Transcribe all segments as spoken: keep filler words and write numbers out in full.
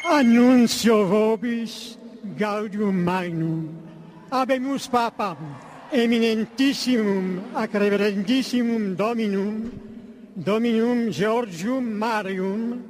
Annuncio vobis gaudium magnum, habemus papam, eminentissimum ac reverendissimum dominum, dominum Georgium Marium,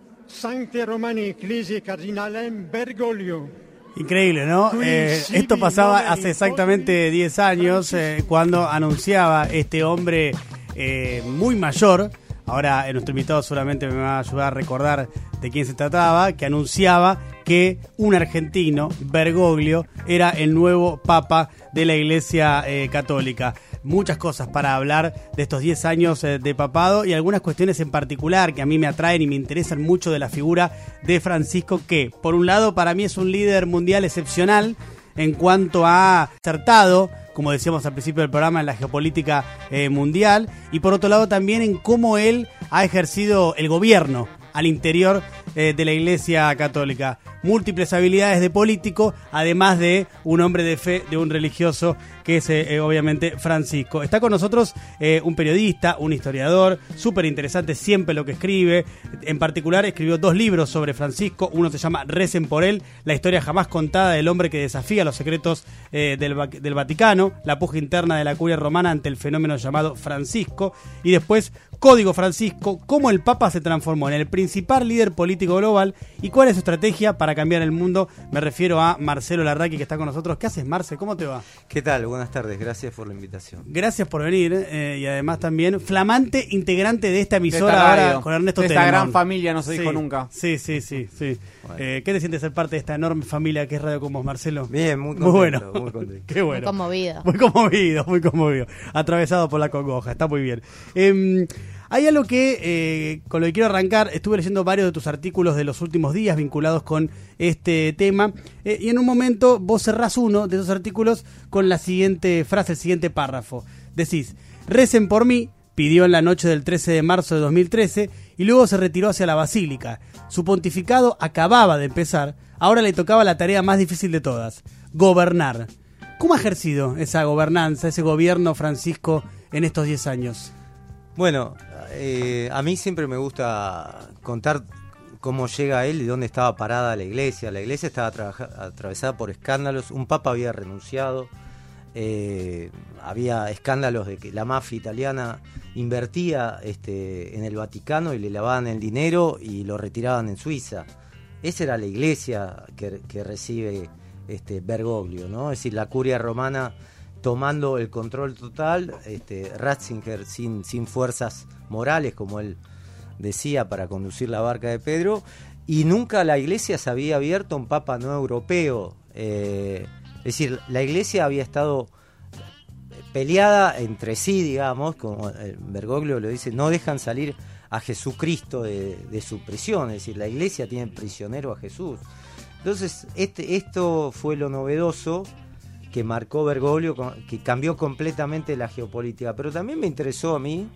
Sancte Romani Ecclesiae Cardinalem Bergoglio. Increíble, ¿no? Eh, esto pasaba hace exactamente diez años, eh, cuando anunciaba este hombre eh, muy mayor. Ahora eh, nuestro invitado seguramente me va a ayudar a recordar de quién se trataba, que anunciaba que un argentino, Bergoglio, era el nuevo papa de la Iglesia eh, Católica. Muchas cosas para hablar de estos diez años eh, de papado y algunas cuestiones en particular que a mí me atraen y me interesan mucho de la figura de Francisco, que por un lado para mí es un líder mundial excepcional en cuanto a acertado, como decíamos al principio del programa, en la geopolítica eh, mundial, y por otro lado también en cómo él ha ejercido el gobierno al interior eh, de la Iglesia Católica. Múltiples habilidades de político, además de un hombre de fe, de un religioso, que es eh, obviamente Francisco. Está con nosotros eh, un periodista, un historiador, súper interesante siempre lo que escribe. En particular escribió dos libros sobre Francisco. Uno se llama Recen por él, la historia jamás contada del hombre que desafía los secretos eh, del, del Vaticano, la puja interna de la curia romana ante el fenómeno llamado Francisco. Y después Código Francisco, cómo el Papa se transformó en el principal líder político global y cuál es su estrategia para cambiar el mundo. Me refiero a Marcelo Larraqui, que está con nosotros. ¿Qué haces, Marce? ¿Cómo te va? ¿Qué tal? Buenas tardes, gracias por la invitación. Gracias por venir eh, y además también flamante integrante de esta emisora de esta ahora con Ernesto de Telemón. Esta gran familia, no se sí, dijo nunca. Sí, sí, sí. sí. Bueno. Eh, ¿Qué te sientes ser parte de esta enorme familia que es Radio Con Vos, Marcelo? Bien, muy contento. Muy bueno. Muy contento. Qué bueno. Muy conmovido. Muy conmovido, muy conmovido. Atravesado por la congoja, está muy bien. Eh, Hay algo que, eh, con lo que quiero arrancar, estuve leyendo varios de tus artículos de los últimos días vinculados con este tema, eh, y en un momento vos cerrás uno de esos artículos con la siguiente frase, el siguiente párrafo. Decís: recen por mí, pidió en la noche del trece de marzo de dos mil trece, y luego se retiró hacia la basílica. Su pontificado acababa de empezar, ahora le tocaba la tarea más difícil de todas: gobernar. ¿Cómo ha ejercido esa gobernanza, ese gobierno Francisco en estos diez años? Bueno, eh, a mí siempre me gusta contar cómo llega él y dónde estaba parada la iglesia. La iglesia estaba trabaja- atravesada por escándalos, un papa había renunciado, eh, había escándalos de que la mafia italiana invertía este, en el Vaticano y le lavaban el dinero y lo retiraban en Suiza. Esa era la iglesia que, que recibe este, Bergoglio, ¿no? Es decir, la curia romana tomando el control total, este, Ratzinger sin, sin fuerzas morales, como él decía, para conducir la barca de Pedro, y nunca la iglesia se había abierto a un papa no europeo. Eh, es decir, la iglesia había estado peleada entre sí, digamos, como Bergoglio lo dice, no dejan salir a Jesucristo de, de su prisión, es decir, la iglesia tiene prisionero a Jesús. Entonces, este, esto fue lo novedoso que marcó Bergoglio, que cambió completamente la geopolítica. Pero también me interesó a mí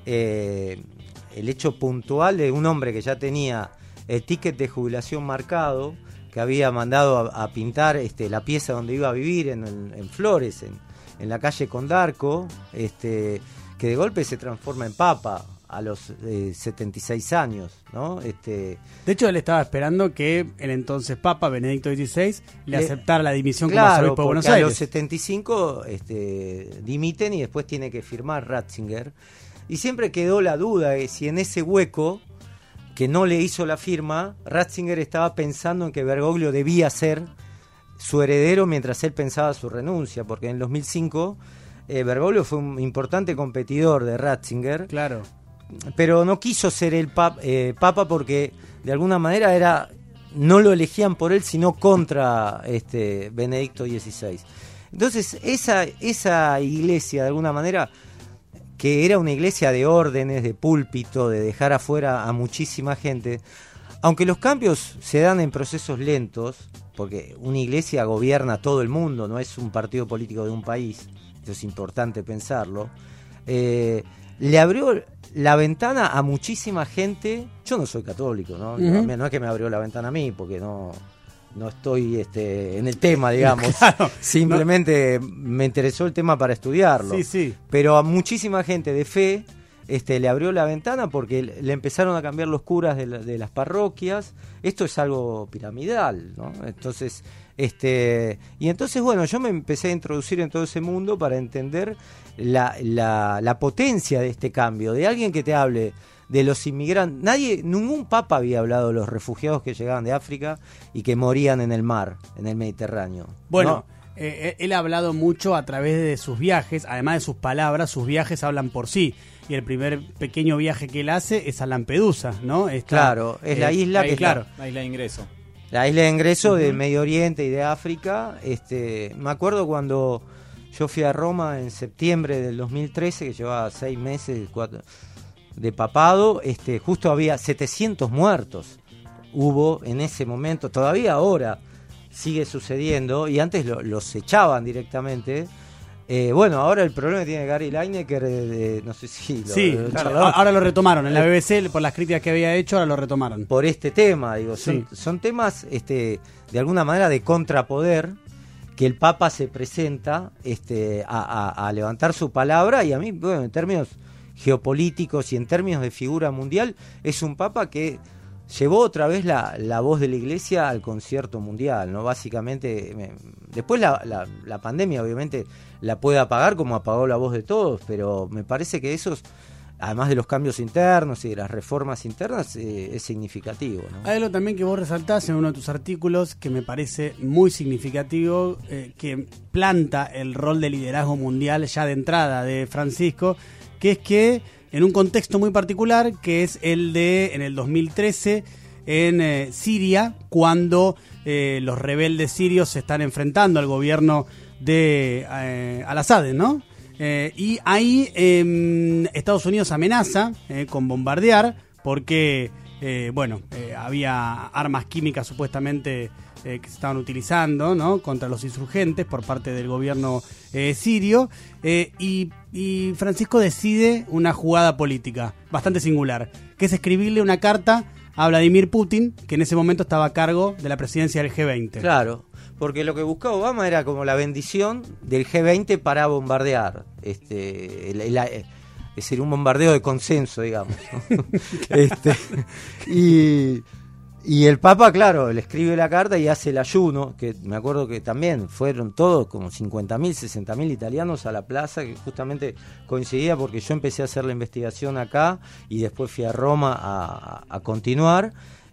eh, el hecho puntual de un hombre que ya tenía el ticket de jubilación marcado, que había mandado a, a pintar este, la pieza donde iba a vivir en, en, en Flores, en, en la calle Condarco, este, que de golpe se transforma en papa a los eh, setenta y seis años, ¿no? Este, de hecho, él estaba esperando que el entonces Papa Benedicto dieciséis le, le aceptara la dimisión claro, como arzobispo de Buenos Aires. A los setenta y cinco este, dimiten y después tiene que firmar Ratzinger. Y siempre quedó la duda de si en ese hueco que no le hizo la firma, Ratzinger estaba pensando en que Bergoglio debía ser su heredero mientras él pensaba su renuncia, porque en el dos mil cinco eh, Bergoglio fue un importante competidor de Ratzinger. Claro. Pero no quiso ser el pap, eh, papa porque de alguna manera era no lo elegían por él sino contra este Benedicto dieciséis. Entonces esa, esa iglesia de alguna manera, que era una iglesia de órdenes, de púlpito, de dejar afuera a muchísima gente, aunque los cambios se dan en procesos lentos, porque una iglesia gobierna todo el mundo, no es un partido político de un país, eso es importante pensarlo, eh, le abrió la ventana a muchísima gente. Yo no soy católico, ¿no? Uh-huh. No es que me abrió la ventana a mí, porque no, no estoy este, en el tema, digamos. Claro, simplemente no. Me interesó el tema para estudiarlo. Sí, sí. Pero a muchísima gente de fe este, le abrió la ventana porque le empezaron a cambiar los curas de, la, de las parroquias. Esto es algo piramidal, ¿no? Entonces, este, y entonces, bueno, yo me empecé a introducir en todo ese mundo para entender la, la, la potencia de este cambio, de alguien que te hable de los inmigrantes. Nadie, ningún papa había hablado de los refugiados que llegaban de África y que morían en el mar, en el Mediterráneo. Bueno, ¿no? eh, él ha hablado mucho a través de sus viajes, además de sus palabras, sus viajes hablan por sí. Y el primer pequeño viaje que él hace es a Lampedusa, ¿no? Está, claro, es eh, la isla que claro. es la, la isla de ingreso. La isla de ingreso uh-huh. del Medio Oriente y de África. Este, me acuerdo cuando yo fui a Roma en septiembre del dos mil trece, que llevaba seis meses cuatro, de papado, este, justo había setecientos muertos. Hubo en ese momento, todavía ahora sigue sucediendo, y antes lo, los echaban directamente. Eh, bueno, ahora el problema que tiene Gary Lineker, eh, no sé si... Lo, sí, lo claro, ahora lo retomaron. En la B B C, por las críticas que había hecho, ahora lo retomaron. Por este tema, digo, sí. son, son temas este, de alguna manera de contrapoder, que el Papa se presenta este, a, a, a levantar su palabra, y a mí, bueno, en términos geopolíticos y en términos de figura mundial, es un Papa que llevó otra vez la, la voz de la Iglesia al concierto mundial, ¿no? Básicamente, me, después la, la, la pandemia obviamente la puede apagar como apagó la voz de todos, pero me parece que esos, además de los cambios internos y de las reformas internas, eh, es significativo, ¿no? Hay algo también que vos resaltás en uno de tus artículos que me parece muy significativo, eh, que planta el rol de liderazgo mundial ya de entrada de Francisco, que es que en un contexto muy particular, que es el de en el dos mil trece en eh, Siria, cuando eh, los rebeldes sirios se están enfrentando al gobierno de eh, Al-Assad, ¿no? Eh, y ahí eh, Estados Unidos amenaza eh, con bombardear porque, eh, bueno, eh, había armas químicas supuestamente eh, que se estaban utilizando, ¿no?, contra los insurgentes por parte del gobierno eh, sirio, eh, y, y Francisco decide una jugada política bastante singular, que es escribirle una carta a Vladimir Putin, que en ese momento estaba a cargo de la presidencia del G veinte. Claro, porque lo que buscaba Obama era como la bendición del G veinte para bombardear, este, el, el, el, es decir, un bombardeo de consenso, digamos, ¿no? este, y, y el Papa, claro, le escribe la carta y hace el ayuno, que me acuerdo que también fueron todos como cincuenta mil, sesenta mil italianos a la plaza, que justamente coincidía porque yo empecé a hacer la investigación acá y después fui a Roma a, a continuar.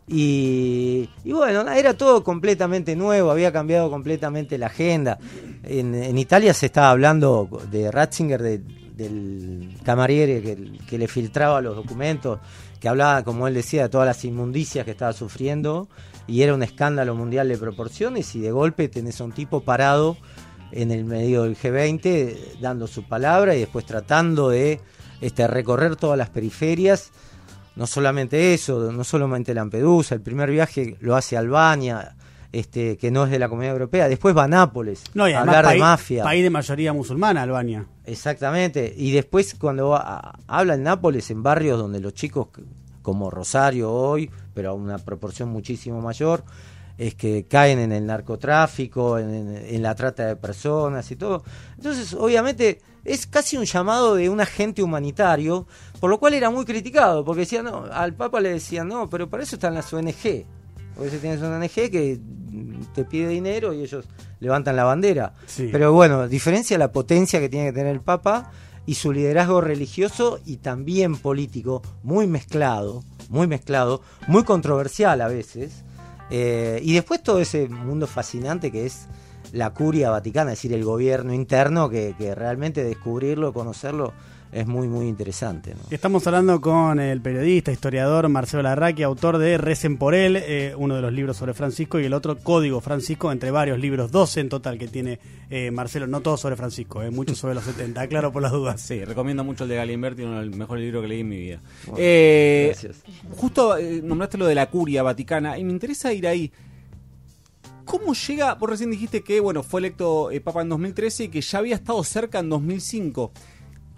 Y, y bueno, era todo completamente nuevo, había cambiado completamente la agenda. En, en Italia se estaba hablando de Ratzinger, de, del camariere que, que le filtraba los documentos, que hablaba, como él decía, de todas las inmundicias que estaba sufriendo, y era un escándalo mundial de proporciones, y de golpe tenés a un tipo parado en el medio del G veinte dando su palabra y después tratando de este, recorrer todas las periferias. No solamente eso, no solamente Lampedusa, el primer viaje lo hace a Albania, este, que no es de la Comunidad Europea, después va a Nápoles, no, y a hablar país, de mafia. País de mayoría musulmana, Albania. Exactamente, y después cuando va a, habla en Nápoles, en barrios donde los chicos, como Rosario hoy, pero a una proporción muchísimo mayor, es que caen en el narcotráfico, en, en, en la trata de personas y todo. Entonces, obviamente, es casi un llamado de un agente humanitario, por lo cual era muy criticado, porque decían, no, al Papa le decían, no, pero para eso están las O N G. Porque si tienes una O N G que te pide dinero y ellos levantan la bandera. Sí. Pero bueno, diferencia la potencia que tiene que tener el Papa y su liderazgo religioso y también político, muy mezclado, muy mezclado, muy controversial a veces. Eh, y después todo ese mundo fascinante que es la curia vaticana, es decir, el gobierno interno, que, que realmente descubrirlo, conocerlo, es muy, muy interesante, ¿no? Estamos hablando con el periodista, historiador Marcelo Larraqui, autor de Recen por él, eh, uno de los libros sobre Francisco, y el otro Código Francisco, entre varios libros, doce en total que tiene eh, Marcelo, no todos sobre Francisco, eh, muchos sobre los setenta, claro, por las dudas. Sí, recomiendo mucho el de Galimberti, uno del mejor libro que leí en mi vida. Bueno, eh, gracias. Justo eh, nombraste lo de la curia vaticana, y me interesa ir ahí. ¿Cómo llega? Vos recién dijiste que bueno, fue electo eh, Papa en dos mil trece y que ya había estado cerca en dos mil cinco.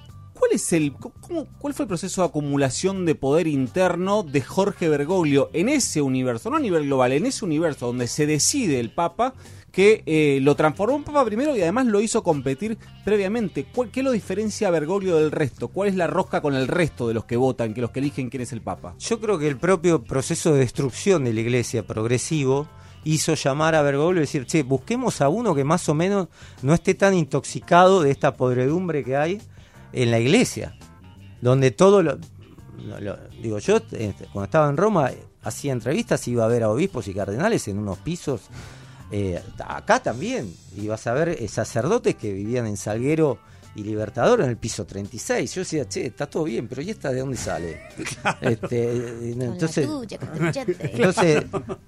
¿cuál es el cómo, cuál fue el proceso de acumulación de poder interno de Jorge Bergoglio en ese universo, no a nivel global, en ese universo donde se decide el Papa, que eh, lo transformó en Papa primero y además lo hizo competir previamente? ¿Cuál, ¿Qué lo diferencia a Bergoglio del resto? ¿Cuál es la rosca con el resto de los que votan, que los que eligen quién es el Papa? Yo creo que el propio proceso de destrucción de la Iglesia progresivo hizo llamar a Bergoglio y decir, che, busquemos a uno que más o menos no esté tan intoxicado de esta podredumbre que hay en la Iglesia, donde todo lo... lo, lo digo, yo cuando estaba en Roma hacía entrevistas, iba a ver a obispos y cardenales en unos pisos. Eh, acá también ibas a ver eh, sacerdotes que vivían en Salguero y Libertador en el piso treinta y seis. Yo decía, che, está todo bien, pero ¿y esta de dónde sale? Claro. Este, entonces, tuya, entonces,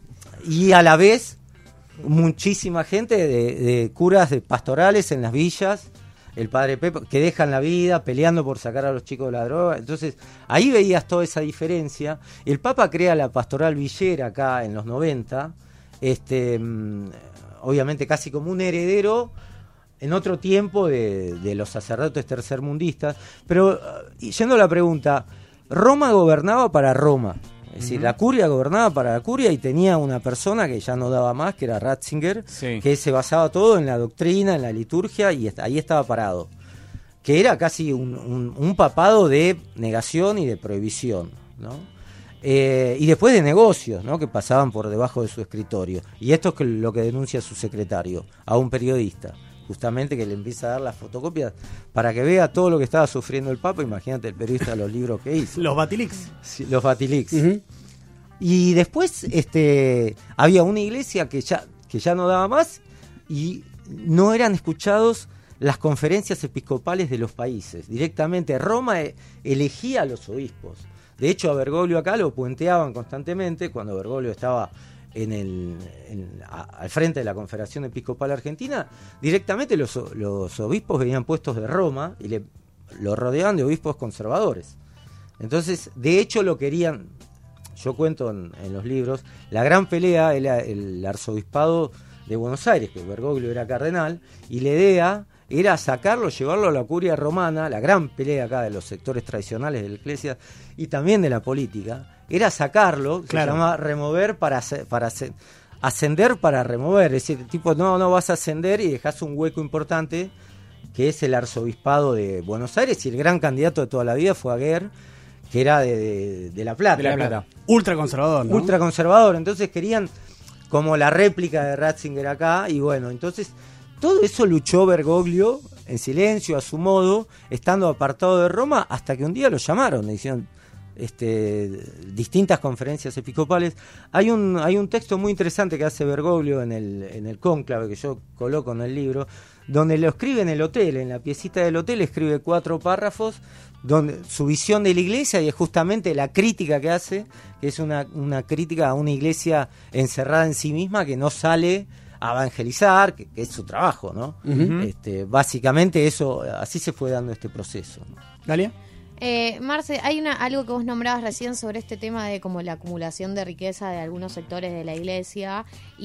y a la vez muchísima gente de, de curas de pastorales en las villas, el padre Pepe, que dejan la vida peleando por sacar a los chicos de la droga. Entonces ahí veías toda esa diferencia. El Papa crea la pastoral villera acá en los noventa, Este, obviamente casi como un heredero en otro tiempo de, de los sacerdotes tercermundistas, pero yendo a la pregunta, Roma gobernaba para Roma, es decir, uh-huh. la curia gobernaba para la curia y tenía una persona que ya no daba más, que era Ratzinger, sí. que se basaba todo en la doctrina, en la liturgia, y ahí estaba parado, que era casi un, un, un papado de negación y de prohibición, ¿no? Eh, y después de negocios, ¿no?, que pasaban por debajo de su escritorio. Y esto es lo que denuncia su secretario a un periodista, justamente, que le empieza a dar las fotocopias para que vea todo lo que estaba sufriendo el Papa. Imagínate el periodista, los libros que hizo. Los Batilix. Sí, los Batilix. Uh-huh. Y después este, había una iglesia que ya, que ya no daba más y no eran escuchados las conferencias episcopales de los países. Directamente Roma elegía a los obispos. De hecho, a Bergoglio acá lo puenteaban constantemente cuando Bergoglio estaba en el, en, a, al frente de la Confederación Episcopal Argentina. Directamente los, los obispos venían puestos de Roma y le, lo rodeaban de obispos conservadores. Entonces, de hecho, lo querían, yo cuento en, en los libros, la gran pelea era el arzobispado de Buenos Aires, que Bergoglio era cardenal, y la idea era sacarlo, llevarlo a la curia romana. La gran pelea acá de los sectores tradicionales de la iglesia y también de la política, era sacarlo, claro. Se llama remover para, para ascender para remover, es decir, tipo, no, no vas a ascender y dejás un hueco importante, que es el arzobispado de Buenos Aires, y el gran candidato de toda la vida fue Aguer, que era de, de, de La Plata. De La Plata. Ultra conservador, ¿no? Ultra conservador, entonces querían como la réplica de Ratzinger acá, y bueno, entonces todo eso luchó Bergoglio en silencio, a su modo, estando apartado de Roma, hasta que un día lo llamaron, le hicieron este, distintas conferencias episcopales. Hay un, hay un texto muy interesante que hace Bergoglio en el, en el cónclave, que yo coloco en el libro, donde lo escribe en el hotel, en la piecita del hotel, escribe cuatro párrafos, donde su visión de la iglesia, y es justamente la crítica que hace, que es una, una crítica a una iglesia encerrada en sí misma, que no sale a evangelizar, que, que es su trabajo, ¿no? Uh-huh. Este, básicamente eso, así se fue dando este proceso, ¿no? ¿Galia? Eh, Marce, hay una algo que vos nombrabas recién sobre este tema de como la acumulación de riqueza de algunos sectores de la iglesia,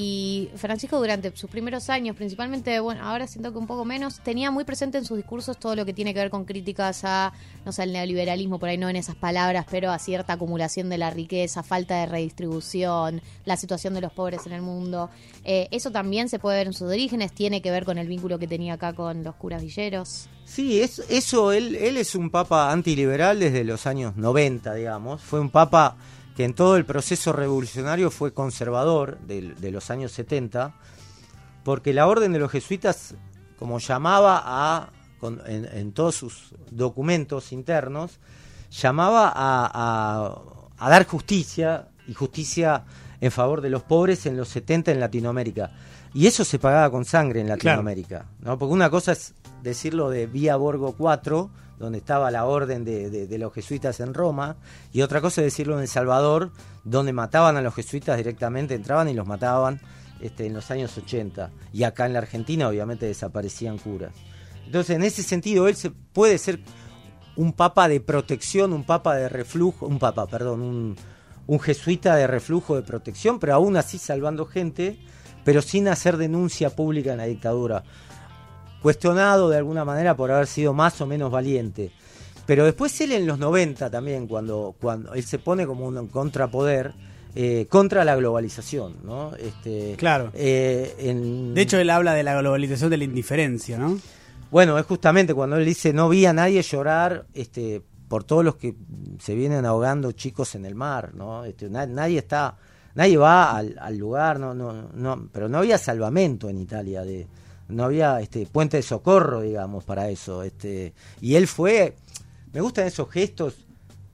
y Francisco durante sus primeros años, principalmente, bueno, ahora siento que un poco menos, tenía muy presente en sus discursos todo lo que tiene que ver con críticas a, no sé, al neoliberalismo, por ahí no en esas palabras, pero a cierta acumulación de la riqueza, falta de redistribución, la situación de los pobres en el mundo. Eh, eso también se puede ver en sus orígenes, tiene que ver con el vínculo que tenía acá con los curas villeros. Sí, es, eso, él, él es un papa antiliberal desde los años noventa, digamos. Fue un papa que en todo el proceso revolucionario fue conservador de, de los años setenta, porque la orden de los jesuitas, como llamaba a, con, en, en todos sus documentos internos, llamaba a, a, a dar justicia, y justicia en favor de los pobres en los setenta en Latinoamérica. Y eso se pagaba con sangre en Latinoamérica, claro, ¿no? Porque una cosa es decirlo de Vía Borgo cuatro, donde estaba la orden de, de, de los jesuitas en Roma, y otra cosa es decirlo en El Salvador, donde mataban a los jesuitas directamente, entraban y los mataban este, en los años ochenta. Y acá en la Argentina obviamente desaparecían curas. Entonces, en ese sentido, él se puede ser un papa de protección, un papa de reflujo, un papa, perdón, un, un jesuita de reflujo de protección, pero aún así salvando gente, pero sin hacer denuncia pública en la dictadura. Cuestionado de alguna manera por haber sido más o menos valiente. Pero después él en los noventa también, cuando, cuando él se pone como un contrapoder eh, contra la globalización, ¿no? Este, claro. Eh, en... De hecho, él habla de la globalización de la indiferencia, ¿no? Bueno, es justamente cuando él dice, no vi a nadie llorar este, por todos los que se vienen ahogando chicos en el mar, ¿no? Este, na- nadie está, nadie va al, al lugar, no, no, no, pero no había salvamento en Italia, de, no había este puente de socorro, digamos, para eso. Este, y él fue... Me gustan esos gestos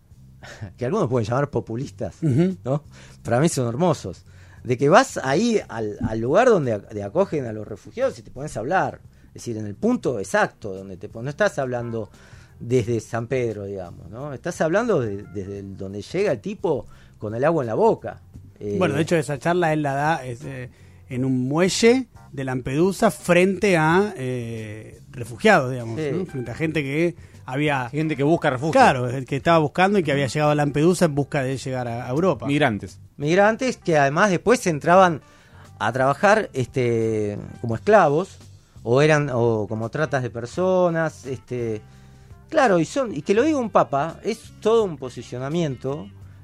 que algunos pueden llamar populistas, uh-huh. ¿no? Para mí son hermosos. De que vas ahí al, al lugar donde de acogen a los refugiados y te pones a hablar. Es decir, en el punto exacto donde te pones. No estás hablando desde San Pedro, digamos, ¿no? Estás hablando de, desde el, donde llega el tipo con el agua en la boca. Eh, bueno, de hecho, esa charla él la da es, eh, en un muelle de Lampedusa frente a eh, refugiados, digamos, sí. ¿no? Frente a gente que... Había gente que busca refugio. Claro, el que estaba buscando y que había llegado a Lampedusa en busca de llegar a Europa. Migrantes. Migrantes que además después entraban a trabajar este como esclavos o eran o como tratas de personas, este claro, y son y que lo diga un papa es todo un posicionamiento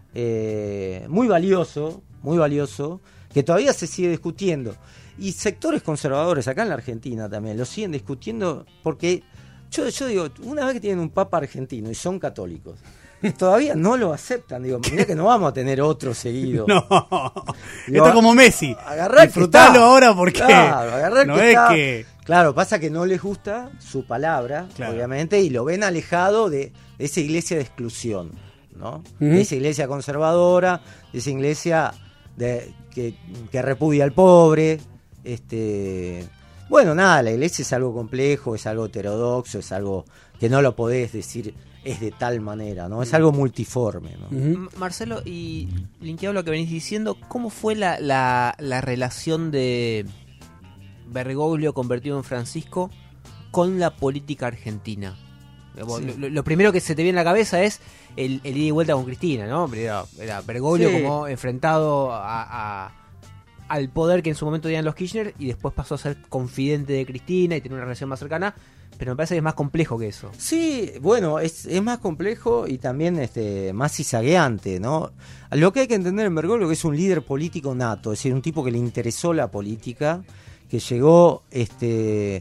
eh, muy valioso, muy valioso, que todavía se sigue discutiendo. Y sectores conservadores acá en la Argentina también lo siguen discutiendo porque Yo, yo digo, una vez que tienen un papa argentino y son católicos, todavía no lo aceptan. Digo, mirá que no vamos a tener otro seguido. No, digo, esto es como Messi. Disfrutalo ahora porque claro, no que es está. que... Claro, pasa que no les gusta su palabra, claro. obviamente, y lo ven alejado de, de esa iglesia de exclusión, ¿no? Uh-huh. De esa iglesia conservadora, de esa iglesia de, que, que repudia al pobre, este... Bueno, nada, la iglesia es algo complejo, es algo heterodoxo, es algo que no lo podés decir es de tal manera, ¿no? Es algo multiforme, ¿no? Uh-huh. Marcelo, y linkeado lo que venís diciendo, ¿cómo fue la, la, la relación de Bergoglio convertido en Francisco con la política argentina? Sí. Lo, lo primero que se te viene a la cabeza es el, el ida y vuelta con Cristina, ¿no? Primero era Bergoglio sí. como enfrentado a... a al poder que en su momento tenían los Kirchner y después pasó a ser confidente de Cristina y tener una relación más cercana, pero me parece que es más complejo que eso. Sí, bueno, es, es más complejo y también este más cizagueante, ¿no? Lo que hay que entender en Bergoglio que es un líder político nato, es decir, un tipo que le interesó la política, que llegó, este,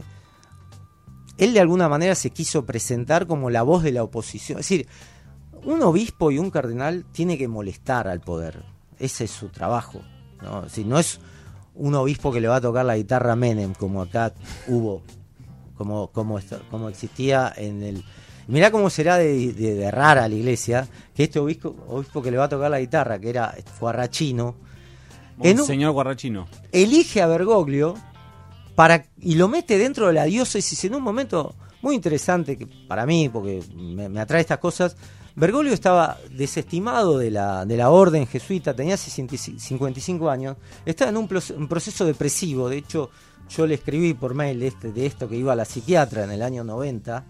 él de alguna manera se quiso presentar como la voz de la oposición, es decir, un obispo y un cardenal tiene que molestar al poder, ese es su trabajo. No, si no es un obispo que le va a tocar la guitarra a Menem, como acá hubo, como como, como existía en el... Mirá cómo será de, de, de rara la iglesia, que este obispo, obispo que le va a tocar la guitarra, que era Guarrachino, Monseñor Guarrachino, elige a Bergoglio para y lo mete dentro de la diócesis en un momento muy interesante que para mí, porque me, me atrae estas cosas. Bergoglio estaba desestimado de la, de la orden jesuita, tenía cincuenta y cinco años, estaba en un, pro, un proceso depresivo. De hecho, yo le escribí por mail de, este, de esto que iba a la psiquiatra en el año noventa,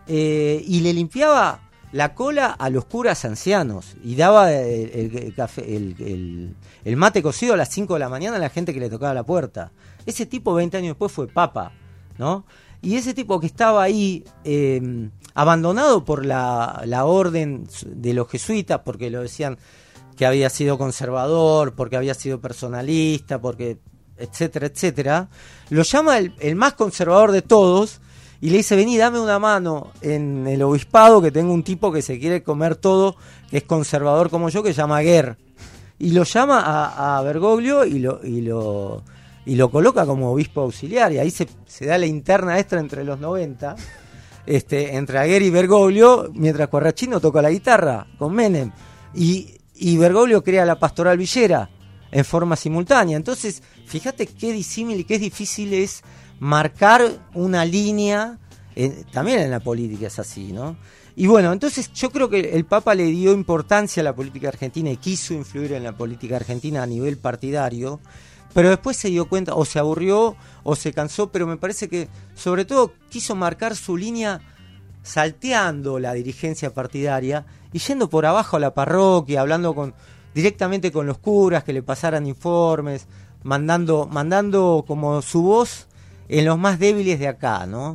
eh, y le limpiaba la cola a los curas ancianos y daba el, el, el, café, el, el, el mate cocido a las cinco de la mañana a la gente que le tocaba la puerta. Ese tipo veinte años después fue papa, ¿no? Y ese tipo que estaba ahí eh, abandonado por la, la orden de los jesuitas, porque lo decían que había sido conservador, porque había sido personalista, porque etcétera, etcétera, lo llama el, el más conservador de todos y le dice, vení, dame una mano en el obispado, que tengo un tipo que se quiere comer todo, que es conservador como yo, que se llama Guerre. Y lo llama a, a Bergoglio y lo... Y lo y lo coloca como obispo auxiliar, y ahí se, se da la interna extra entre los noventa, este, entre Aguirre y Bergoglio, mientras Guarrachino toca la guitarra con Menem, y, y Bergoglio crea la Pastoral Villera en forma simultánea. Entonces, fíjate qué disímil y qué difícil es marcar una línea, eh, también en la política es así, ¿no? Y bueno, entonces yo creo que el Papa le dio importancia a la política argentina y quiso influir en la política argentina a nivel partidario, pero después se dio cuenta, o se aburrió, o se cansó, pero me parece que sobre todo quiso marcar su línea salteando la dirigencia partidaria y yendo por abajo a la parroquia, hablando con directamente con los curas, que le pasaran informes, mandando, mandando como su voz en los más débiles de acá, ¿no?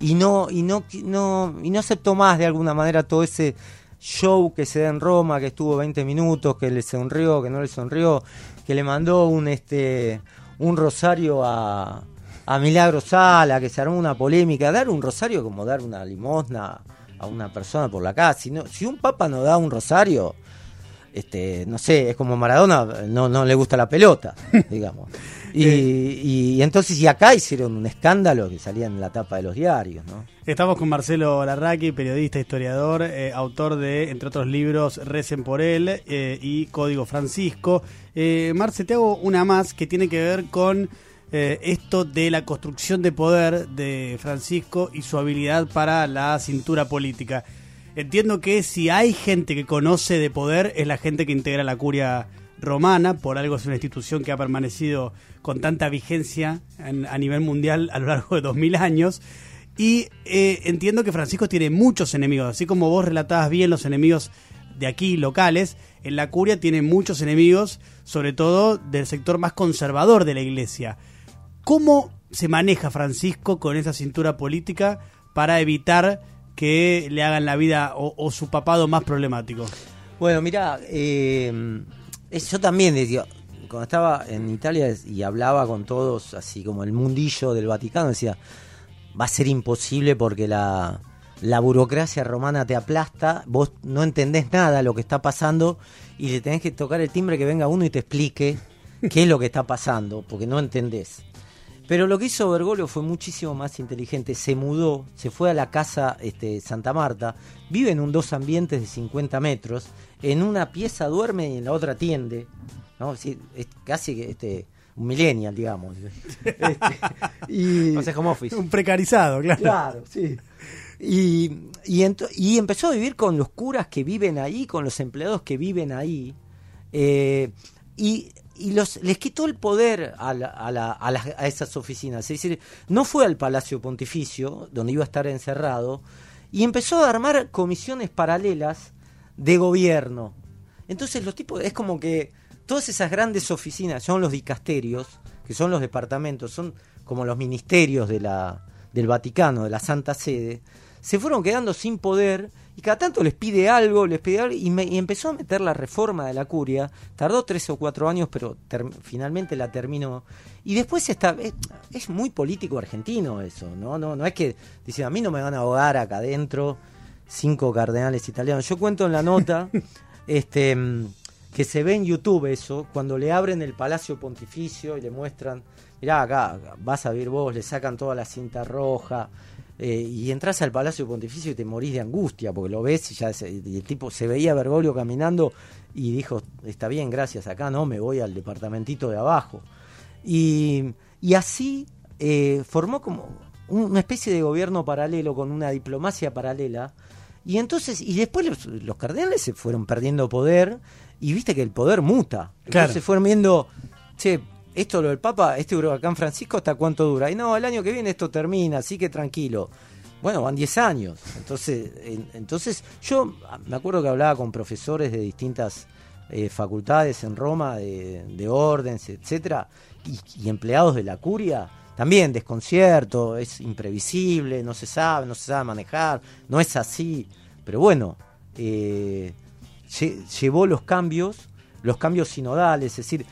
y no, y no, no, y no aceptó más de alguna manera todo ese show que se da en Roma, que estuvo veinte minutos, que le sonrió, que no le sonrió, que le mandó un este un rosario a, a Milagro Sala, que se armó una polémica. Dar un rosario como dar una limosna a una persona por la calle. Si, no, si un papa no da un rosario, este no sé, es como Maradona, no, no le gusta la pelota, digamos. Y, y, y entonces, y acá hicieron un escándalo que salía en la tapa de los diarios, ¿no? Estamos con Marcelo Larraqui, periodista, historiador, eh, autor de, entre otros libros, Recen por él eh, y Código Francisco. Eh, Marce, te hago una más que tiene que ver con eh, esto de la construcción de poder de Francisco y su habilidad para la cintura política. Entiendo que si hay gente que conoce de poder, es la gente que integra la curia romana, por algo es una institución que ha permanecido con tanta vigencia en, a nivel mundial a lo largo de dos mil años. Y eh, entiendo que Francisco tiene muchos enemigos, así como vos relatabas bien los enemigos de aquí, locales, en la curia tiene muchos enemigos, sobre todo del sector más conservador de la iglesia. ¿Cómo se maneja Francisco con esa cintura política para evitar que le hagan la vida o, o su papado más problemático? Bueno, mirá, eh, yo también decía, cuando estaba en Italia y hablaba con todos, así como el mundillo del Vaticano, decía, va a ser imposible porque la, la burocracia romana te aplasta, vos no entendés nada de lo que está pasando y le tenés que tocar el timbre que venga uno y te explique qué es lo que está pasando, porque no entendés. Pero lo que hizo Bergoglio fue muchísimo más inteligente. Se mudó, se fue a la casa este, Santa Marta, vive en un dos ambientes de cincuenta metros, en una pieza duerme y en la otra atiende, ¿no? Sí, es casi este, un millennial, digamos. Este, y, no sé, home office. Un precarizado, claro. Claro, sí. Y, y, ent- y empezó a vivir con los curas que viven ahí, con los empleados que viven ahí. Eh, y... y los les quitó el poder a, la, a, la, a, las, a esas oficinas. Es decir, no fue al Palacio Pontificio, donde iba a estar encerrado, y empezó a armar comisiones paralelas de gobierno. Entonces los tipos, es como que todas esas grandes oficinas, son los dicasterios, que son los departamentos, son como los ministerios de la, del Vaticano, de la Santa Sede, se fueron quedando sin poder y cada tanto les pide algo, les pide algo y, me, y empezó a meter la reforma de la curia. Tardó tres o cuatro años, pero ter, finalmente la terminó. Y después está, es, es muy político argentino eso, ¿no? No, no es que dicen, a mí no me van a ahogar acá adentro cinco cardenales italianos. Yo cuento en la nota este que se ve en YouTube eso, cuando le abren el Palacio Pontificio y le muestran, mirá acá, vas a ver vos, le sacan toda la cinta roja. Eh, y entras al Palacio Pontificio y te morís de angustia porque lo ves y ya se, y el tipo se veía a Bergoglio caminando y dijo, está bien, gracias, acá no, me voy al departamentito de abajo. Y, y así eh, formó como una especie de gobierno paralelo con una diplomacia paralela. Y entonces, y después los, los cardenales se fueron perdiendo poder y viste que el poder muta. Entonces claro. Se fueron viendo, che, esto lo del Papa, este huracán Francisco, ¿hasta cuánto dura? Y no, el año que viene esto termina, así que tranquilo. Bueno, van diez años. Entonces, en, entonces yo me acuerdo que hablaba con profesores de distintas eh, facultades en Roma, de, de órdenes, etcétera, y, y empleados de la curia, también desconcierto, es imprevisible, no se sabe, no se sabe manejar, no es así. Pero bueno, eh, lle, llevó los cambios, los cambios sinodales, es decir,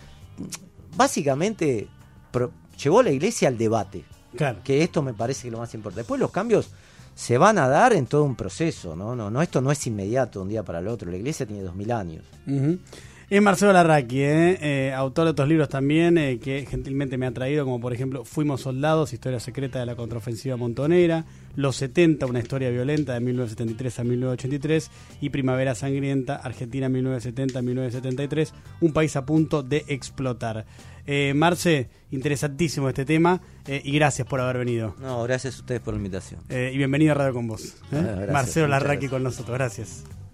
básicamente pro, llevó a la iglesia al debate, claro. Que esto me parece que es lo más importante. Después los cambios se van a dar en todo un proceso, ¿no? No, no, esto no es inmediato, un día para el otro. La iglesia tiene dos mil años. Uh-huh. Es Marcelo Larraqui, ¿eh? Eh, autor de otros libros también, eh, que gentilmente me ha traído, como por ejemplo Fuimos Soldados, historia secreta de la contraofensiva montonera, Los setenta, una historia violenta de mil novecientos setenta y tres a mil novecientos ochenta y tres, y Primavera Sangrienta, Argentina mil novecientos setenta a mil novecientos setenta y tres, un país a punto de explotar. Eh, Marce, interesantísimo este tema, eh, y gracias por haber venido. No, gracias a ustedes por la invitación. Eh, y bienvenido a Radio con Vos. ¿eh? Ah, gracias, Marcelo Larraqui gracias. con nosotros, gracias.